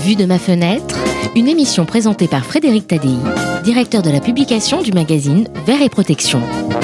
Vue de ma fenêtre, une émission présentée par Frédéric Tadei, directeur de la publication du magazine Verre et Protection.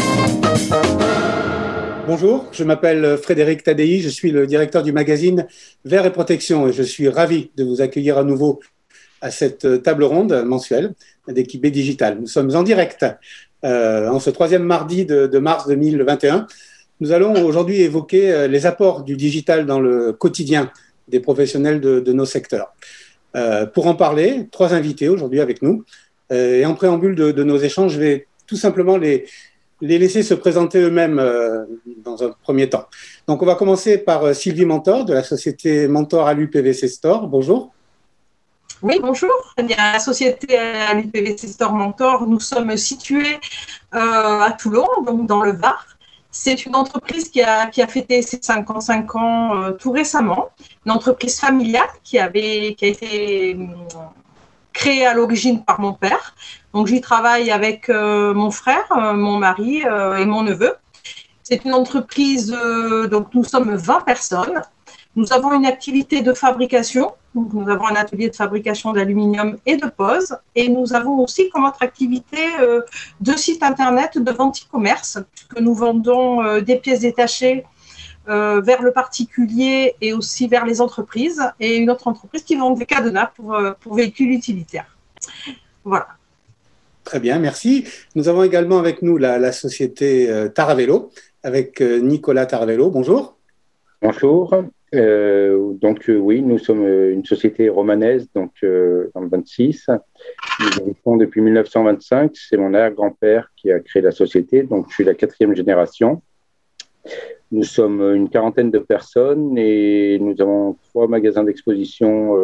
Bonjour, je m'appelle Frédéric Tadei, je suis le directeur du magazine Verre et Protection et je suis ravi de vous accueillir à nouveau à cette table ronde mensuelle d'Équipé Digital. Nous sommes en direct en ce troisième mardi de mars 2021. Nous allons aujourd'hui évoquer les apports du digital dans le quotidien des professionnels de nos secteurs. Pour en parler, trois invités aujourd'hui avec nous. Et en préambule de nos échanges, je vais tout simplement les laisser se présenter eux-mêmes dans un premier temps. Donc, on va commencer par Sylvie Mentor de la société Mentor Alu PVC Store. Bonjour. Oui, bonjour. La société Alu PVC Store Mentor, nous sommes situés à Toulon, donc dans le Var. C'est une entreprise qui a fêté ses 55 ans tout récemment, une entreprise familiale qui a été créée à l'origine par mon père. Donc, j'y travaille avec mon frère, mon mari et mon neveu. C'est une entreprise, donc nous sommes 20 personnes. Nous avons une activité de fabrication. Donc, nous avons un atelier de fabrication d'aluminium et de pose. Et nous avons aussi comme autre activité deux sites internet de vente e-commerce, puisque nous vendons des pièces détachées vers le particulier et aussi vers les entreprises. Et une autre entreprise qui vend des cadenas pour véhicules utilitaires. Voilà. Très bien, merci. Nous avons également avec nous la société Taravello, avec Nicolas Taravello. Bonjour. Bonjour. Oui, nous sommes une société romanaise, donc dans le 26. Nous existons depuis 1925. C'est mon arrière-grand-père qui a créé la société, donc je suis la 4e génération. Nous sommes une quarantaine de personnes et nous avons 3 magasins d'exposition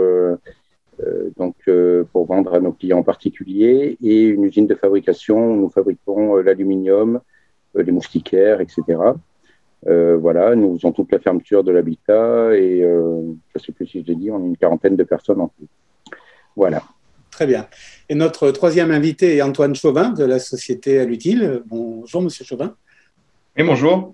pour vendre à nos clients particuliers et une usine de fabrication où nous fabriquons l'aluminium, les moustiquaires, etc. Nous faisons toute la fermeture de l'habitat et je ne sais plus si je l'ai dit, on est une quarantaine de personnes en tout. Voilà. Très bien. Et notre troisième invité est Antoine Chauvin de la société Alutile. Bonjour, monsieur Chauvin. Oui, bonjour.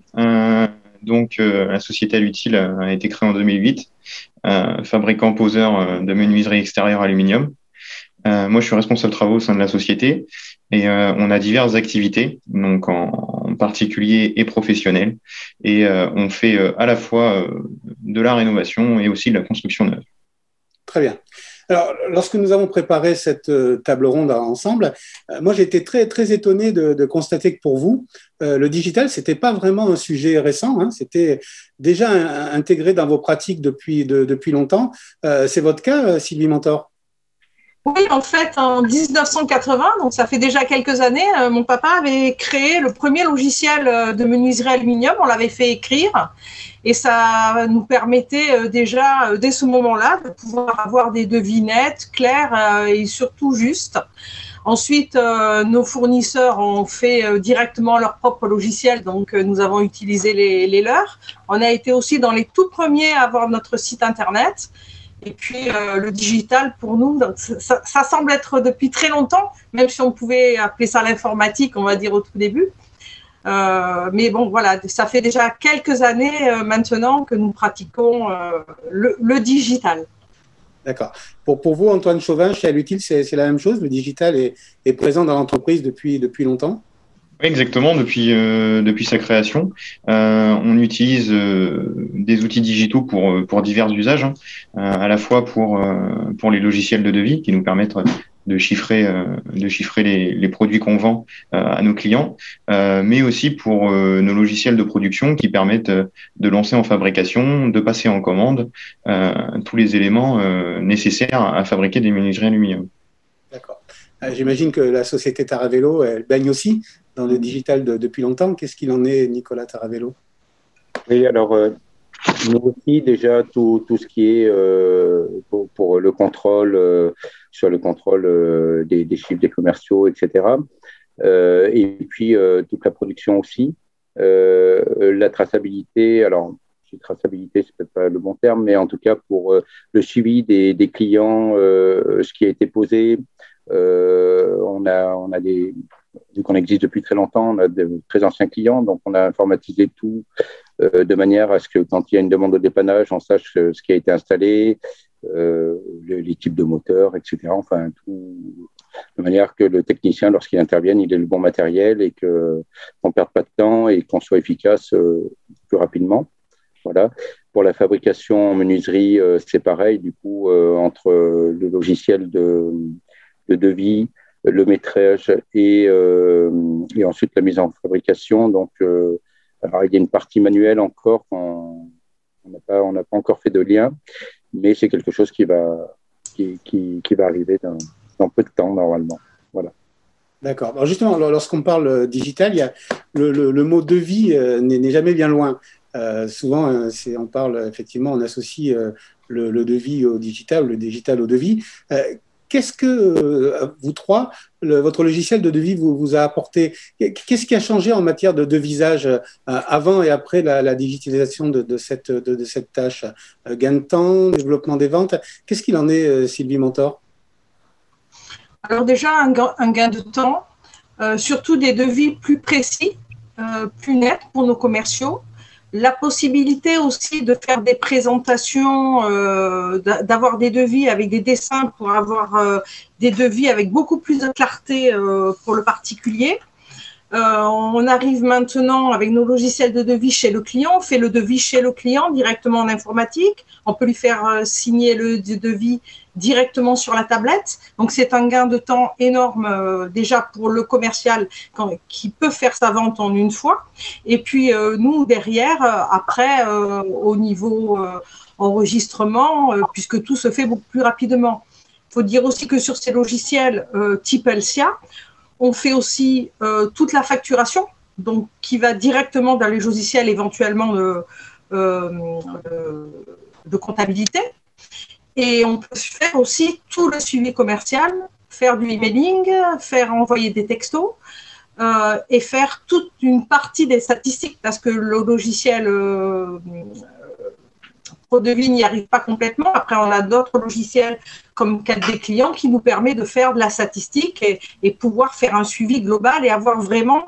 La société Alutile a été créée en 2008, fabricant poseur de menuiserie extérieure aluminium. Moi, je suis responsable travaux au sein de la société et on a diverses activités, donc en particulier et professionnelles. Et on fait à la fois de la rénovation et aussi de la construction neuve. Très bien. Alors, lorsque nous avons préparé cette table ronde ensemble, moi, j'ai été très, très étonné de constater que pour vous, le digital, ce n'était pas vraiment un sujet récent, hein, c'était déjà intégré dans vos pratiques depuis longtemps. C'est votre cas, Sylvie Mentor? Oui, en fait, en 1980, donc ça fait déjà quelques années, mon papa avait créé le premier logiciel de menuiserie aluminium. On l'avait fait écrire et ça nous permettait déjà, dès ce moment-là, de pouvoir avoir des devinettes claires et surtout justes. Ensuite, nos fournisseurs ont fait directement leur propre logiciel, donc nous avons utilisé les leurs. On a été aussi dans les tout premiers à avoir notre site internet. Et puis, le digital, pour nous, ça semble être depuis très longtemps, même si on pouvait appeler ça l'informatique, on va dire, au tout début. Mais bon, voilà, ça fait déjà quelques années maintenant que nous pratiquons le digital. D'accord. Pour vous, Antoine Chauvin, chez Alutile, c'est la même chose? Le digital est présent dans l'entreprise depuis longtemps? Oui, exactement. Depuis sa création, on utilise des outils digitaux pour divers usages, hein, à la fois pour les logiciels de devis qui nous permettent de chiffrer les produits qu'on vend à nos clients, mais aussi pour nos logiciels de production qui permettent de lancer en fabrication, de passer en commande tous les éléments nécessaires à fabriquer des menuiseries aluminium. D'accord. J'imagine que la société Taravello, elle baigne aussi dans le digital depuis longtemps. Qu'est-ce qu'il en est, Nicolas Taravello? Oui, alors, nous aussi, déjà, tout ce qui est pour le contrôle, sur le contrôle des chiffres des commerciaux, etc. Et puis, toute la production aussi. La traçabilité, alors, traçabilité, c'est peut-être pas le bon terme, mais en tout cas, pour le suivi des clients, ce qui a été posé, on a vu qu'on existe depuis très longtemps, on a de très anciens clients, donc on a informatisé tout de manière à ce que quand il y a une demande de dépannage, on sache ce qui a été installé, les types de moteurs, etc. Enfin, tout, de manière que le technicien, lorsqu'il intervienne, il ait le bon matériel et qu'on ne perde pas de temps et qu'on soit efficace plus rapidement. Voilà. Pour la fabrication en menuiserie, c'est pareil. Du coup, entre le logiciel de devis, le métrage et ensuite la mise en fabrication. Donc, alors, il y a une partie manuelle encore. On n'a pas encore fait de lien, mais c'est quelque chose qui va arriver dans peu de temps, normalement. Voilà. D'accord. Alors justement, lorsqu'on parle digital, il y a le mot devis n'est jamais bien loin. Souvent, on parle effectivement, on associe le devis au digital, le digital au devis. Qu'est-ce que vous trois, votre logiciel de devis vous a apporté? Qu'est-ce qui a changé en matière de devisage avant et après la digitalisation de cette tâche? Gain de temps, développement des ventes. Qu'est-ce qu'il en est, Sylvie Mentor? Alors déjà, un gain de temps, surtout des devis plus précis, plus nets pour nos commerciaux. La possibilité aussi de faire des présentations, d'avoir des devis avec des dessins pour avoir des devis avec beaucoup plus de clarté pour le particulier. On arrive maintenant avec nos logiciels de devis chez le client, on fait le devis chez le client directement en informatique, on peut lui faire signer le devis directement sur la tablette. Donc, c'est un gain de temps énorme déjà pour le commercial qui peut faire sa vente en une fois. Et puis, nous, derrière, après, au niveau enregistrement, puisque tout se fait beaucoup plus rapidement. Il faut dire aussi que sur ces logiciels type Elsia, on fait aussi toute la facturation, donc qui va directement dans les logiciels éventuellement de comptabilité. Et on peut faire aussi tout le suivi commercial, faire du emailing, faire envoyer des textos et faire toute une partie des statistiques parce que le logiciel ProDevis n'y arrive pas complètement. Après, on a d'autres logiciels comme 4D Client qui nous permet de faire de la statistique et pouvoir faire un suivi global et avoir vraiment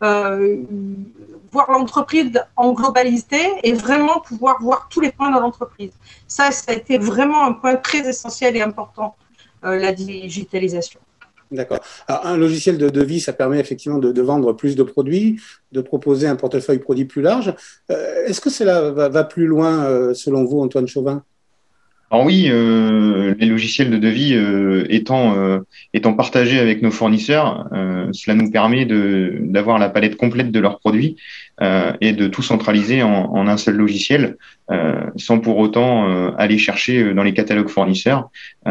voir l'entreprise en globalité et vraiment pouvoir voir tous les points de l'entreprise. Ça a été vraiment un point très essentiel et important, la digitalisation. D'accord. Alors, un logiciel de devis, ça permet effectivement de vendre plus de produits, de proposer un portefeuille produit plus large. Est-ce que cela va plus loin, selon vous, Antoine Chauvin? Alors oui, les logiciels de devis étant partagés avec nos fournisseurs, cela nous permet d'avoir la palette complète de leurs produits et de tout centraliser en un seul logiciel, sans pour autant aller chercher dans les catalogues fournisseurs.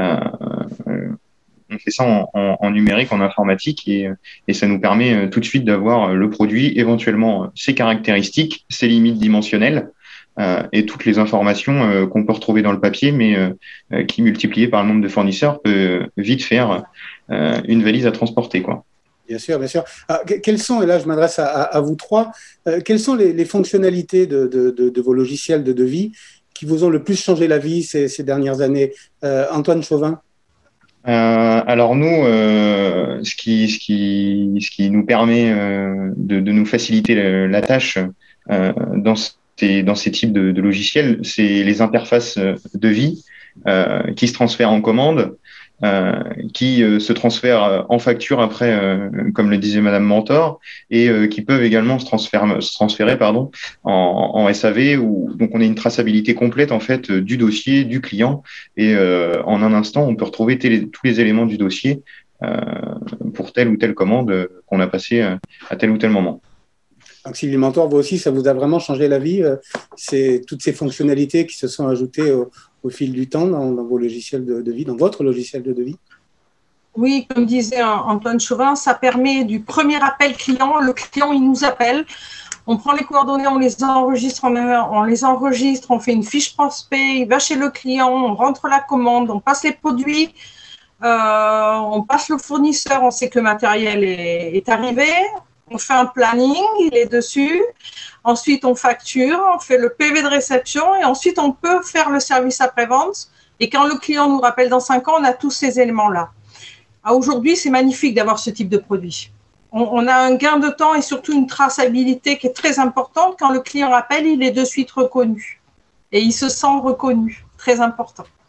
On fait ça en numérique, en informatique, et ça nous permet tout de suite d'avoir le produit, éventuellement ses caractéristiques, ses limites dimensionnelles, et toutes les informations qu'on peut retrouver dans le papier, mais qui, multipliées par le nombre de fournisseurs, peut vite faire une valise à transporter, quoi. Bien sûr, bien sûr. Alors, quelles sont, et là je m'adresse à vous trois, quelles sont les fonctionnalités de vos logiciels de devis qui vous ont le plus changé la vie ces dernières années? Antoine Chauvin? Alors nous, ce qui nous permet de nous faciliter la tâche dans ces types de logiciels, c'est les interfaces devis qui se transfèrent en commande, qui se transfèrent en facture après, comme le disait Madame Mentor, et qui peuvent également se transférer en SAV, où donc on a une traçabilité complète en fait du dossier, du client, et en un instant on peut retrouver tous les éléments du dossier pour telle ou telle commande qu'on a passée à tel ou tel moment. Donc, Sylvie Mentor, vous aussi, ça vous a vraiment changé la vie, toutes ces fonctionnalités qui se sont ajoutées au fil du temps dans vos logiciels de devis, dans votre logiciel de devis? Oui, comme disait Antoine Chauvin, ça permet du premier appel client. Le client, il nous appelle, on prend les coordonnées, on les enregistre, on fait une fiche prospect, il va chez le client, on rentre la commande, on passe les produits, on passe le fournisseur, on sait que le matériel est arrivé. On fait un planning, il est dessus. Ensuite, on facture, on fait le PV de réception et ensuite, on peut faire le service après-vente. Et quand le client nous rappelle dans 5 ans, on a tous ces éléments-là. Aujourd'hui, c'est magnifique d'avoir ce type de produit. On a un gain de temps et surtout une traçabilité qui est très importante. Quand le client appelle, il est de suite reconnu. Et il se sent reconnu. Très important.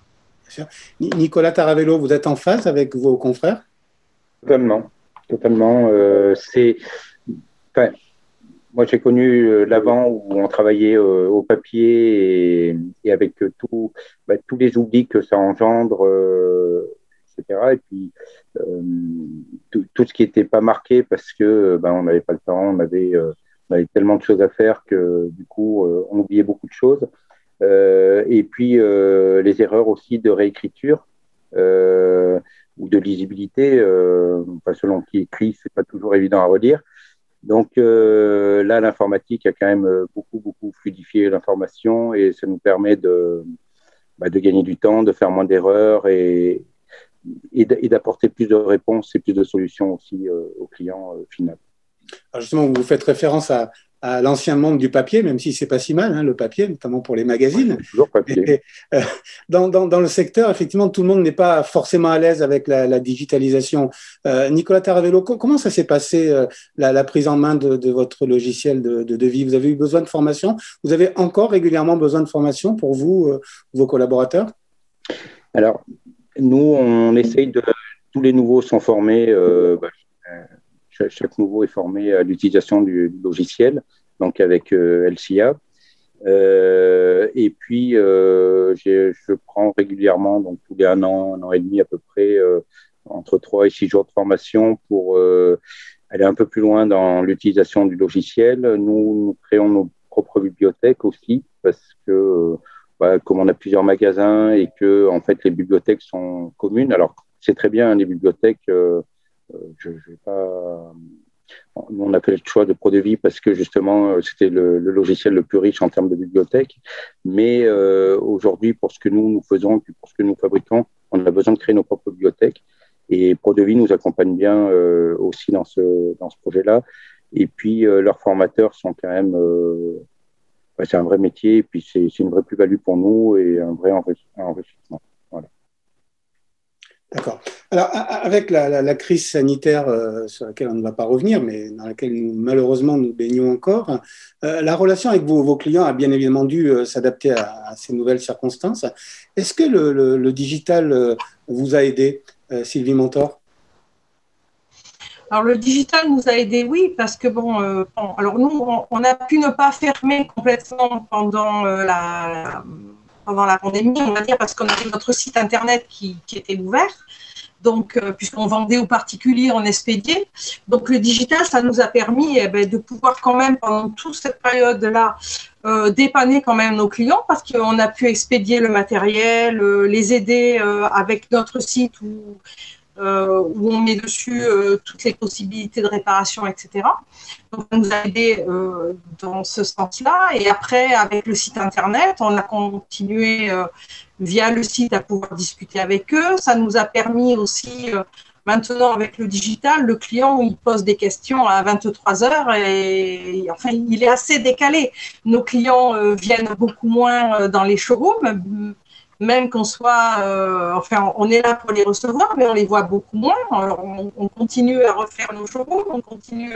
sûr. Nicolas Taravello, vous êtes en phase avec vos confrères? Totalement. Moi, j'ai connu l'avant où on travaillait au papier et avec tous les oublis que ça engendre, etc. Et puis, tout ce qui n'était pas marqué parce que on n'avait pas le temps, on avait tellement de choses à faire que du coup, on oubliait beaucoup de choses. Et puis, les erreurs aussi de réécriture ou de lisibilité, selon qui écrit, c'est pas toujours évident à relire. Donc là, l'informatique a quand même beaucoup fluidifié l'information et ça nous permet de gagner du temps, de faire moins d'erreurs et d'apporter plus de réponses et plus de solutions aussi au client final. Alors justement, vous faites référence à l'ancien monde du papier, même si c'est pas si mal, le papier, notamment pour les magazines. Ouais, toujours papier. Dans le secteur, effectivement, tout le monde n'est pas forcément à l'aise avec la digitalisation. Nicolas Taravello, comment ça s'est passé, la prise en main de votre logiciel de devis? Vous avez eu besoin de formation? Vous avez encore régulièrement besoin de formation pour vous, vos collaborateurs? Alors, nous, on essaye tous les nouveaux sont formés. Chaque nouveau est formé à l'utilisation du logiciel, donc avec LCA. Et puis, je prends régulièrement, donc tous les un an et demi à peu près, entre 3 et 6 jours de formation pour aller un peu plus loin dans l'utilisation du logiciel. Nous créons nos propres bibliothèques aussi, parce que comme on a plusieurs magasins et que en fait les bibliothèques sont communes. Alors, c'est très bien, les bibliothèques. Je vais pas. Nous, on a fait le choix de ProDevis parce que justement, c'était le logiciel le plus riche en termes de bibliothèque. Mais aujourd'hui, pour ce que nous faisons, puis pour ce que nous fabriquons, on a besoin de créer nos propres bibliothèques. Et ProDevis nous accompagne bien aussi dans ce projet-là. Et puis, leurs formateurs sont quand même. C'est un vrai métier, et puis c'est une vraie plus-value pour nous et un vrai enrichissement. Voilà. D'accord. Alors, avec la crise sanitaire sur laquelle on ne va pas revenir, mais dans laquelle malheureusement nous baignons encore, la relation avec vos clients a bien évidemment dû s'adapter à ces nouvelles circonstances. Est-ce que le digital vous a aidé, Sylvie Mentor? Alors, le digital nous a aidés, oui, parce que alors nous, on a pu ne pas fermer complètement pendant la pandémie, on va dire, parce qu'on avait notre site internet qui était ouvert. Donc, puisqu'on vendait aux particuliers, on expédiait. Donc, le digital, ça nous a permis de pouvoir quand même, pendant toute cette période-là, dépanner quand même nos clients, parce qu'on a pu expédier le matériel, les aider avec notre site où on met dessus toutes les possibilités de réparation, etc. Donc, ça nous a aidé dans ce sens-là. Et après, avec le site Internet, on a continué via le site à pouvoir discuter avec eux. Ça nous a permis aussi, maintenant avec le digital, le client, il pose des questions à 23 heures et enfin, il est assez décalé. Nos clients viennent beaucoup moins dans les showrooms, même qu'on soit, on est là pour les recevoir, mais on les voit beaucoup moins. Alors, on continue à refaire nos showrooms, on continue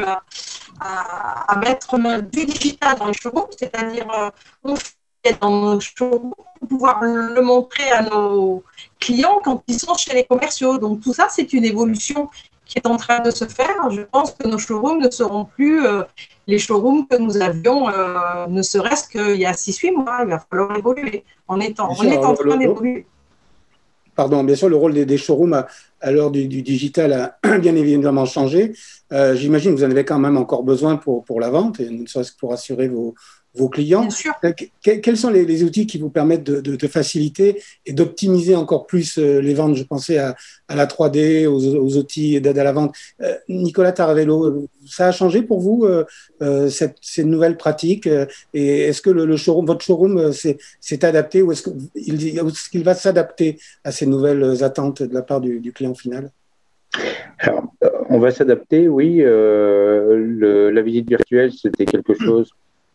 à mettre du digital dans les showrooms, c'est-à-dire on fait dans nos showrooms pour pouvoir le montrer à nos clients quand ils sont chez les commerciaux. Donc tout ça, c'est une évolution qui est en train de se faire. Je pense que nos showrooms ne seront plus les showrooms que nous avions, ne serait-ce qu'il y a 6-8 mois. Il va falloir évoluer. On est en train d'évoluer. Pardon, bien sûr, le rôle des showrooms à l'heure du digital a bien évidemment changé. J'imagine que vous en avez quand même encore besoin pour la vente, et ne serait-ce que pour assurer vos clients. Bien sûr. Quels sont les outils qui vous permettent de faciliter et d'optimiser encore plus les ventes? Je pensais à la 3D, aux outils d'aide à la vente. Nicolas Taravello, ça a changé pour vous, ces nouvelles pratiques? Et est-ce que votre showroom s'est adapté, ou est-ce qu'il va s'adapter à ces nouvelles attentes de la part du client final? Alors, on va s'adapter, oui. La visite virtuelle, c'était quelque chose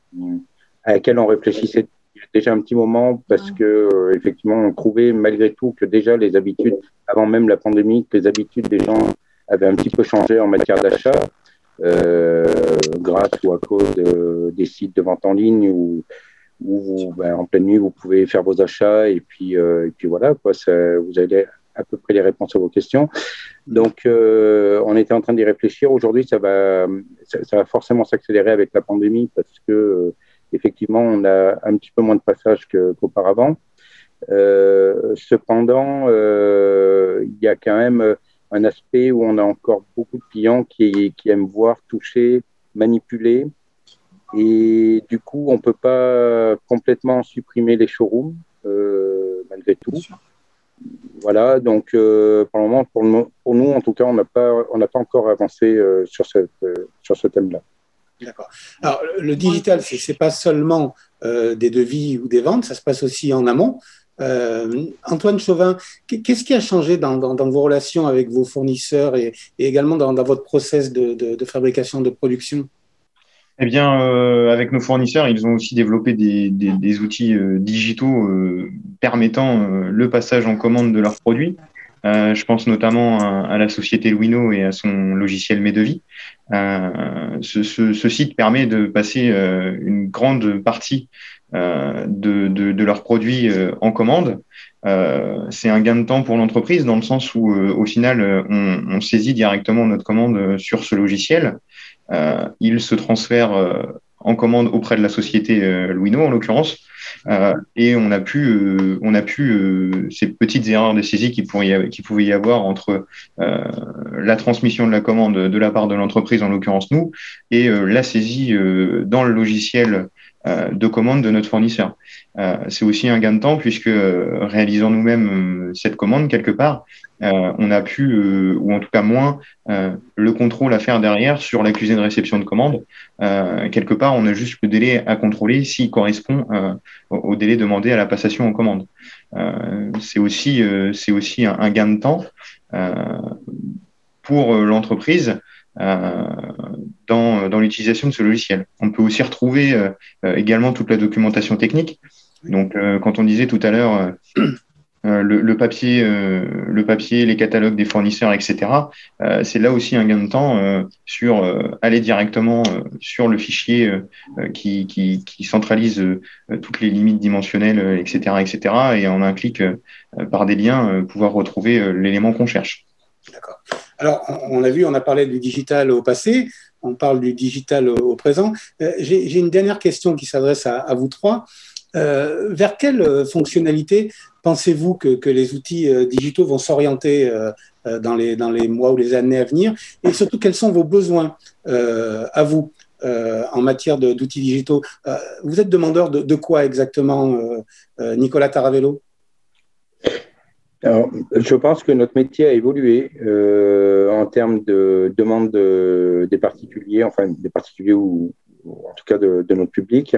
à laquelle on réfléchissait déjà un petit moment, parce que effectivement, on trouvait malgré tout que déjà les habitudes, avant même la pandémie, que les habitudes des gens avaient un petit peu changé en matière d'achat, grâce ou à cause des sites de vente en ligne où en pleine nuit, vous pouvez faire vos achats et puis voilà, quoi, vous avez à peu près les réponses à vos questions. Donc, on était en train d'y réfléchir. Aujourd'hui, ça va forcément s'accélérer avec la pandémie parce que, effectivement, on a un petit peu moins de passages qu'auparavant. Cependant, il y a quand même un aspect où on a encore beaucoup de clients qui aiment voir, toucher, manipuler. Et du coup, on ne peut pas complètement supprimer les showrooms, malgré tout. Voilà, donc pour le moment, pour nous, en tout cas, on n'a pas encore avancé sur ce thème-là. D'accord. Alors, le digital, ce n'est pas seulement des devis ou des ventes, ça se passe aussi en amont. Antoine Chauvin, qu'est-ce qui a changé dans vos relations avec vos fournisseurs et également dans votre process de fabrication, de production? Eh bien, avec nos fournisseurs, ils ont aussi développé des outils digitaux permettant le passage en commande de leurs produits. Je pense notamment à la société Luino et à son logiciel Mes Devis. Ce site permet de passer une grande partie de leurs produits en commande. C'est un gain de temps pour l'entreprise dans le sens où, au final, on saisit directement notre commande sur ce logiciel. Il se transfère en commande auprès de la société Luino, en l'occurrence, et on a pu ces petites erreurs de saisie qui pouvait y avoir entre la transmission de la commande de la part de l'entreprise, en l'occurrence nous, et la saisie dans le logiciel de commande de notre fournisseur. C'est aussi un gain de temps puisque réalisant nous-mêmes cette commande quelque part, on a pu, ou en tout cas moins, le contrôle à faire derrière sur l'accusé de réception de commande. Quelque part, on a juste le délai à contrôler s'il correspond au délai demandé à la passation en commande. C'est aussi un gain de temps pour l'entreprise dans l'utilisation de ce logiciel. On peut aussi retrouver également toute la documentation technique. Donc, quand on disait tout à l'heure le papier, les catalogues des fournisseurs, etc., c'est là aussi un gain de temps sur aller directement sur le fichier qui centralise toutes les limites dimensionnelles, etc., et en un clic par des liens pouvoir retrouver l'élément qu'on cherche. D'accord. Alors, on a vu, on a parlé du digital au passé, on parle du digital au présent. J'ai une dernière question qui s'adresse à vous trois. Vers quelle fonctionnalité pensez-vous que les outils digitaux vont s'orienter dans les mois ou les années à venir? Et surtout, quels sont vos besoins à vous en matière d'outils digitaux? Vous êtes demandeur de quoi exactement, Nicolas Taravello? Alors, je pense que notre métier a évolué en termes de demande des particuliers, enfin des particuliers ou en tout cas de notre public,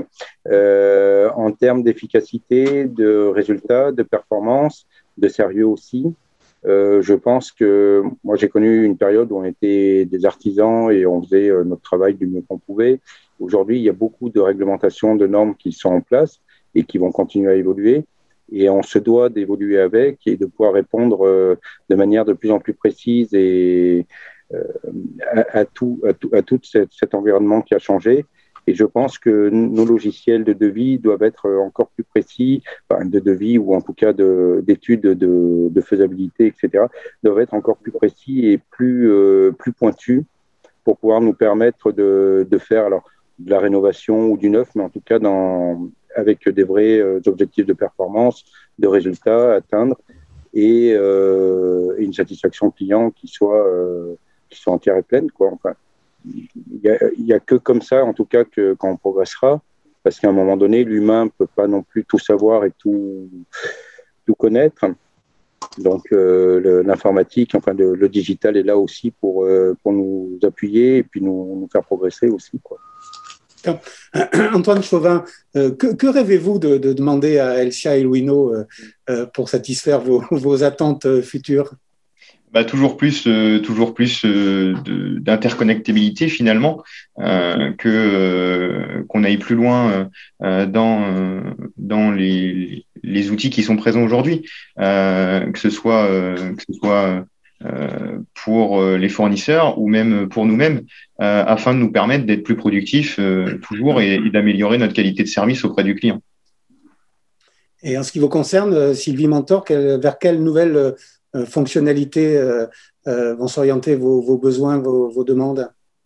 en termes d'efficacité, de résultats, de performance, de sérieux aussi. Je pense que moi j'ai connu une période où on était des artisans et on faisait notre travail du mieux qu'on pouvait. Aujourd'hui, il y a beaucoup de réglementations, de normes qui sont en place et qui vont continuer à évoluer. Et on se doit d'évoluer avec et de pouvoir répondre de manière de plus en plus précise et à tout cet environnement qui a changé. Et je pense que nos logiciels de devis doivent être encore plus précis, enfin, de devis ou en tout cas d'études de faisabilité, etc., doivent être encore plus précis et plus pointus pour pouvoir nous permettre de faire alors, de la rénovation ou du neuf, mais en tout cas avec des vrais objectifs de performance, de résultats à atteindre et une satisfaction client qui soit entière et pleine, quoi. Enfin, il y a que comme ça, en tout cas, quand on progressera, parce qu'à un moment donné, l'humain ne peut pas non plus tout savoir et tout connaître. Donc, l'informatique, enfin, le digital est là aussi pour nous appuyer et puis nous faire progresser aussi, quoi. Antoine Chauvin, que rêvez-vous de demander à Elcia et Luino pour satisfaire vos attentes futures? Toujours plus d'interconnectabilité finalement, qu'on aille plus loin dans les outils qui sont présents aujourd'hui, que ce soit pour les fournisseurs ou même pour nous-mêmes, afin de nous permettre d'être plus productifs toujours et d'améliorer notre qualité de service auprès du client. Et en ce qui vous concerne, Sylvie Mentor, vers quelle nouvelle fonctionnalité vont s'orienter vos besoins, vos demandes?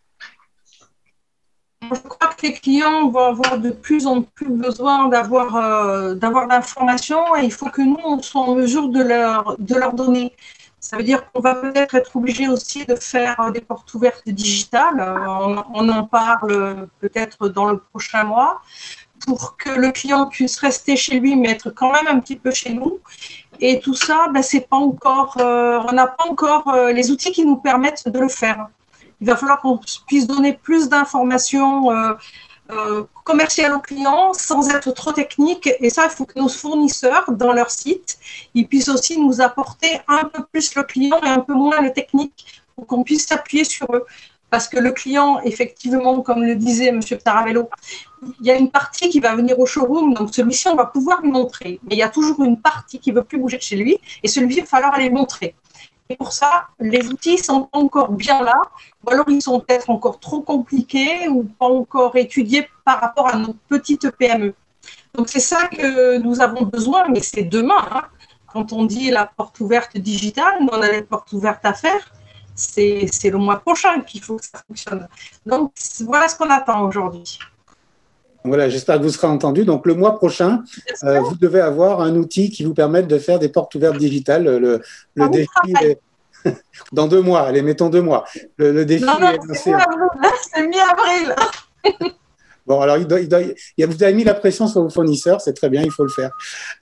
Je crois que les clients vont avoir de plus en plus besoin d'avoir d'informations et il faut que nous, on soit en mesure de leur donner. Ça veut dire qu'on va peut-être être obligé aussi de faire des portes ouvertes digitales. On en parle peut-être dans le prochain mois pour que le client puisse rester chez lui mais être quand même un petit peu chez nous. Et tout ça, c'est pas encore, on n'a pas encore les outils qui nous permettent de le faire. Il va falloir qu'on puisse donner plus d'informations commerciales aux clients sans être trop technique. Et ça, il faut que nos fournisseurs, dans leur site, ils puissent aussi nous apporter un peu plus le client et un peu moins le technique pour qu'on puisse s'appuyer sur eux. Parce que le client, effectivement, comme le disait M. Taravello, il y a une partie qui va venir au showroom, donc celui-ci, on va pouvoir lui montrer. Mais il y a toujours une partie qui ne veut plus bouger de chez lui et celui-ci, il va falloir aller le montrer. Et pour ça, les outils sont encore bien là, ou alors ils sont peut-être encore trop compliqués ou pas encore étudiés par rapport à nos petites PME. Donc c'est ça que nous avons besoin, mais c'est demain. Hein. Quand on dit la porte ouverte digitale, nous on a les portes ouvertes à faire, c'est le mois prochain qu'il faut que ça fonctionne. Donc voilà ce qu'on attend aujourd'hui. Voilà, j'espère que vous serez entendu. Donc, le mois prochain, vous devez avoir un outil qui vous permette de faire des portes ouvertes digitales. Le défi est dans 2 mois. Allez, mettons 2 mois. Le défi est lancé. C'est mi-avril. Bon, alors, vous avez mis la pression sur vos fournisseurs, c'est très bien, il faut le faire.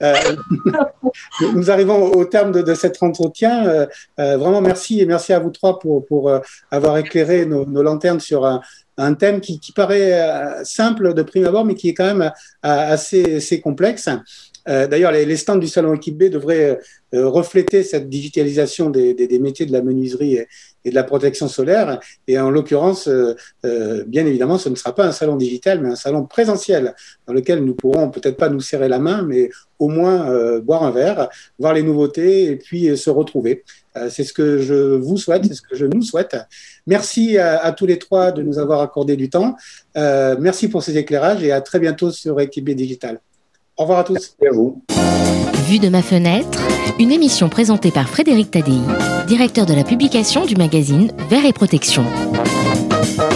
Nous arrivons au terme de cet entretien. Vraiment, merci et merci à vous 3 pour avoir éclairé nos lanternes sur un thème qui paraît simple de prime abord, mais qui est quand même assez complexe. D'ailleurs, les stands du salon Équipe B devraient refléter cette digitalisation des métiers de la menuiserie et de la protection solaire. Et en l'occurrence, bien évidemment, ce ne sera pas un salon digital, mais un salon présentiel dans lequel nous pourrons peut-être pas nous serrer la main, mais au moins boire un verre, voir les nouveautés et puis se retrouver. C'est ce que je vous souhaite, c'est ce que je nous souhaite. Merci à tous les 3 de nous avoir accordé du temps. Merci pour ces éclairages et à très bientôt sur Équipe B Digital. Au revoir à tous. Merci à vous. Vue de ma fenêtre, une émission présentée par Frédéric Tadei, directeur de la publication du magazine Verre et Protection.